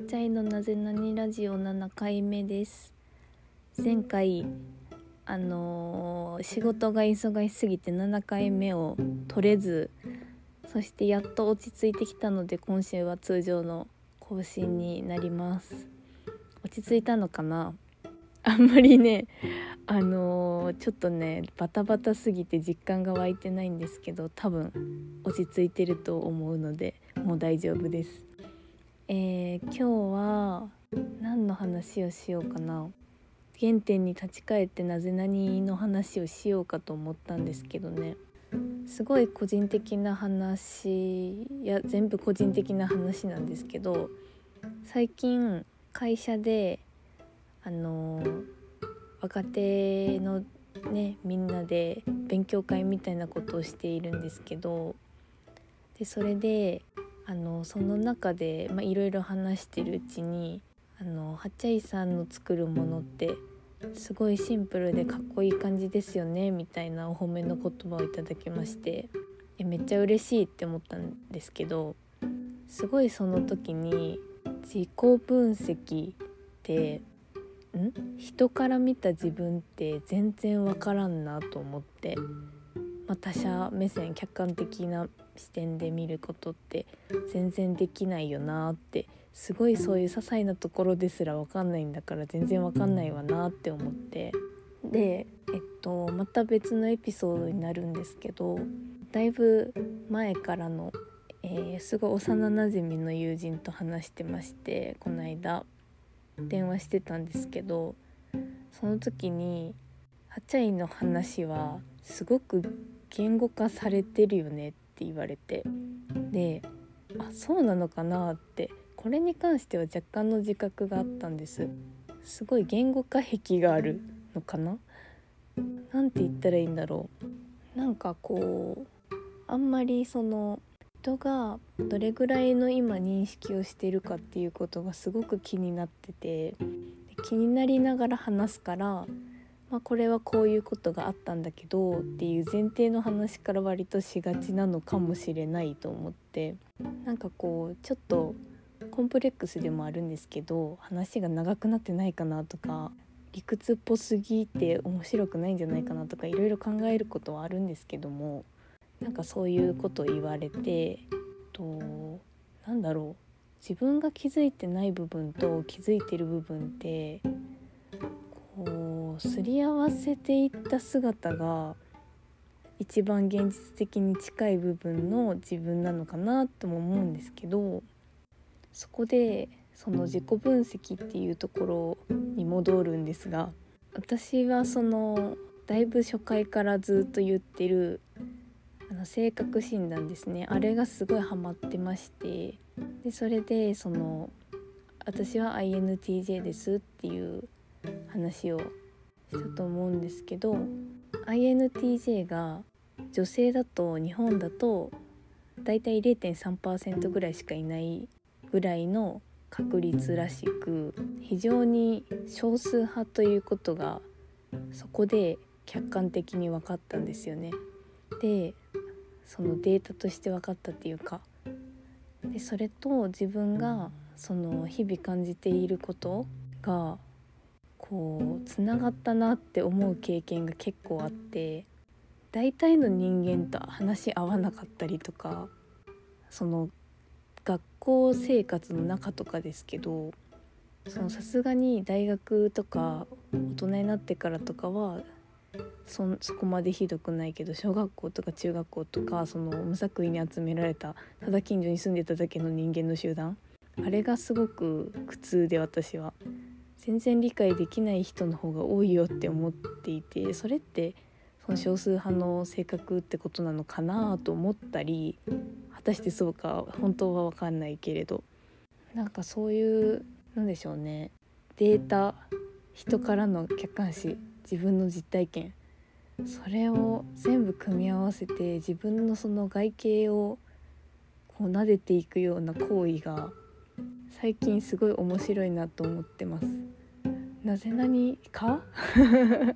ちゃいのなぜなにラジオ7回目です。前回仕事が忙しすぎて7回目を取れず、そしてやっと落ち着いてきたので今週は通常の更新になります。落ち着いたのかな。あんまりねちょっとねバタバタすぎて実感が湧いてないんですけど、多分落ち着いてると思うのでもう大丈夫です。今日は何の話をしようかな。原点に立ち返ってなぜなにの話をしようかと思ったんですけどね、すごい個人的な話、全部個人的な話なんですけど、最近会社で若手のねみんなで勉強会みたいなことをしているんですけど、でそれでその中でいろいろ話してるうちにはっちゃいさんの作るものってすごいシンプルでかっこいい感じですよねみたいなお褒めの言葉をいただきまして、めっちゃ嬉しいって思ったんですけど、すごいその時に自己分析って人から見た自分って全然わからんなと思って、他者目線客観的な視点で見ることって全然できないよなって、すごいそういう些細なところですら分かんないんだから全然分かんないわなって思って、でまた別のエピソードになるんですけど、だいぶ前からの、すごい幼なじみの友人と話してまして、この間電話してたんですけど、その時にはちゃいの話はすごく言語化されてるよねって言われて、でそうなのかなって、これに関しては若干の自覚があったんです。すごい言語化癖があるのかな、なんて言ったらいいんだろう。なんかこうあんまりその人がどれぐらいの今認識をしているかっていうことがすごく気になってて、気になりながら話すから、これはこういうことがあったんだけどっていう前提の話から割としがちなのかもしれないと思って、なんかこうちょっとコンプレックスでもあるんですけど、話が長くなってないかなとか、理屈っぽすぎて面白くないんじゃないかなとかいろいろ考えることはあるんですけども、なんかそういうことを言われて、なんだろう、自分が気づいてない部分と気づいてる部分ってこうすり合わせていった姿が一番現実的に近い部分の自分なのかなとも思うんですけど、そこでその自己分析っていうところに戻るんですが、私はそのだいぶ初回からずっと言ってる性格診断ですね、あれがすごいハマってまして、でそれでその私は INTJ ですっていう話をしたと思うんですけど、 INTJ が女性だと日本だとだいたい 0.3% ぐらいしかいないぐらいの確率らしく、非常に少数派ということがそこで客観的に分かったんですよね。でそのデータとして分かったっていうか、でそれと自分がその日々感じていることがこうつながったなって思う経験が結構あって、大体の人間と話し合わなかったりとか、その学校生活の中とかですけど、さすがに大学とか大人になってからとかはそこまでひどくないけど、小学校とか中学校とかその無作為に集められたただ近所に住んでただけの人間の集団、あれがすごく苦痛で、私は全然理解できない人の方が多いよって思っていて、それってその少数派の性格ってことなのかなと思ったり、果たしてそうか本当は分かんないけれど、なんかそういうなんでしょうね、データ、人からの客観視、自分の実体験、それを全部組み合わせて自分のその外形をこう撫でていくような行為が最近すごい面白いなと思ってます。なぜなにか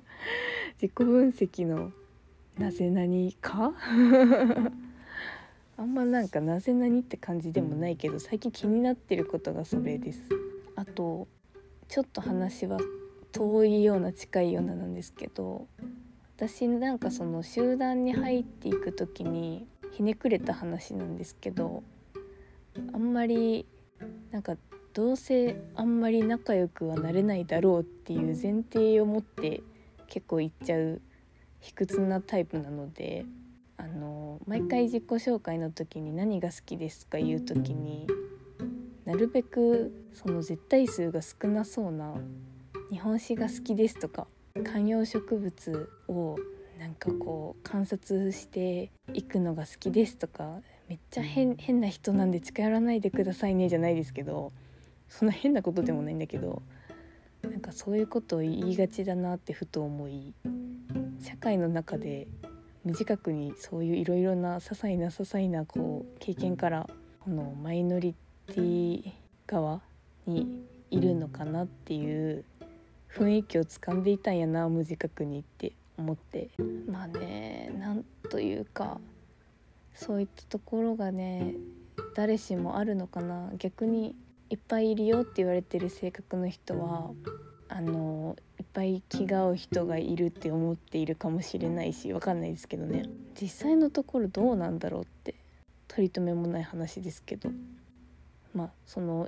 自己分析のなぜなにかあんまなんかなぜなにって感じでもないけど、最近気になってることがそれです。あとちょっと話は遠いような近いようななんですけど、私なんかその集団に入っていく時にひねくれた話なんですけど、あんまりなんかどうせあんまり仲良くはなれないだろうっていう前提を持って結構言っちゃう卑屈なタイプなので、毎回自己紹介の時に何が好きですか言う時に、なるべくその絶対数が少なそうな日本史が好きですとか観葉植物をなんかこう観察していくのが好きですとか、めっちゃ変な人なんで近寄らないでくださいねじゃないですけど、そんな変なことでもないんだけど、なんかそういうことを言いがちだなってふと思い、社会の中で無自覚にそういういろいろな些細なこう経験からこのマイノリティ側にいるのかなっていう雰囲気をつかんでいたんやな、無自覚にって思って、まあね、なんというかそういったところがね誰しもあるのかな。逆にいっぱいいるよって言われてる性格の人はいっぱい気が合う人がいるって思っているかもしれないし、わかんないですけどね、実際のところどうなんだろうって取り留めもない話ですけど、まあその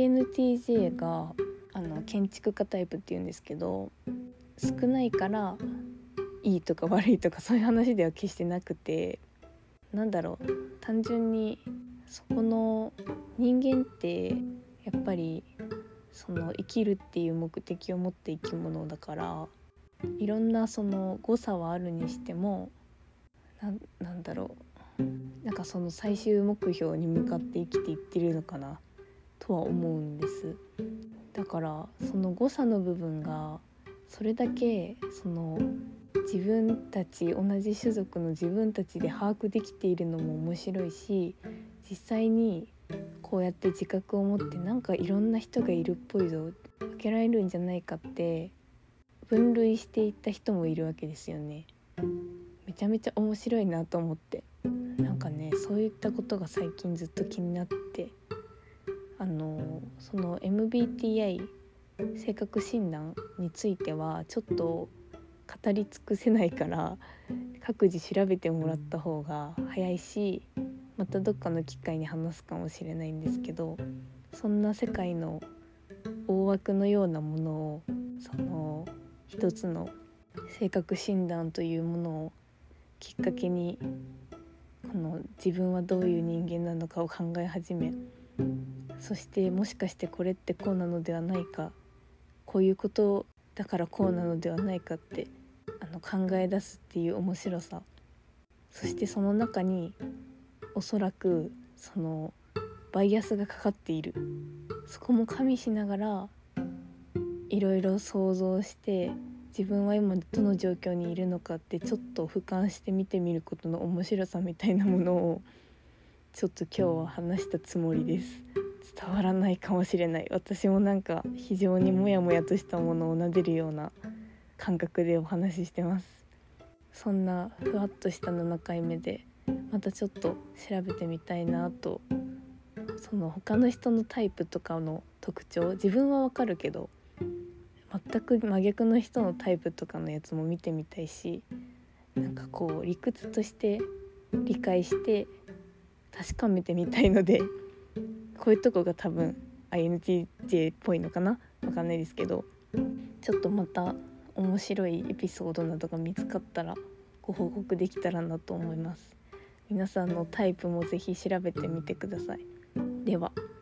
INTJ が建築家タイプっていうんですけど、少ないからいいとか悪いとかそういう話では決してなくて、なんだろう、単純にそこの人間ってやっぱりその生きるっていう目的を持って生き物だから、いろんなその誤差はあるにしてもなんだろう、なんかその最終目標に向かって生きていってるのかなとは思うんです。だからその誤差の部分がそれだけその自分たち同じ種族の自分たちで把握できているのも面白いし、実際にこうやって自覚を持ってなんかいろんな人がいるっぽいぞ、分けられるんじゃないかって分類していった人もいるわけですよね。めちゃめちゃ面白いなと思って、なんかねそういったことが最近ずっと気になって、その MBTI 性格診断についてはちょっと語り尽くせないから各自調べてもらった方が早いし、またどっかの機会に話すかもしれないんですけど、そんな世界の大枠のようなものをその一つの性格診断というものをきっかけにこの自分はどういう人間なのかを考え始め、そしてもしかしてこれってこうなのではないか、こういうことだからこうなのではないかって考え出すっていう面白さ、そしてその中におそらくそのバイアスがかかっている、そこも加味しながらいろいろ想像して自分は今どの状況にいるのかってちょっと俯瞰して見てみることの面白さみたいなものをちょっと今日は話したつもりです。伝わらないかもしれない。私もなんか非常にモヤモヤとしたものを撫でるような感覚でお話ししてます。そんなふわっとした7回目でまたちょっと調べてみたいなと、その他の人のタイプとかの特徴、自分はわかるけど全く真逆の人のタイプとかのやつも見てみたいし、なんかこう理屈として理解して確かめてみたいので、こういうとこが多分 INTJ っぽいのかな、わかんないですけど、ちょっとまた面白いエピソードなどが見つかったらご報告できたらなと思います。皆さんのタイプもぜひ調べてみてください。では。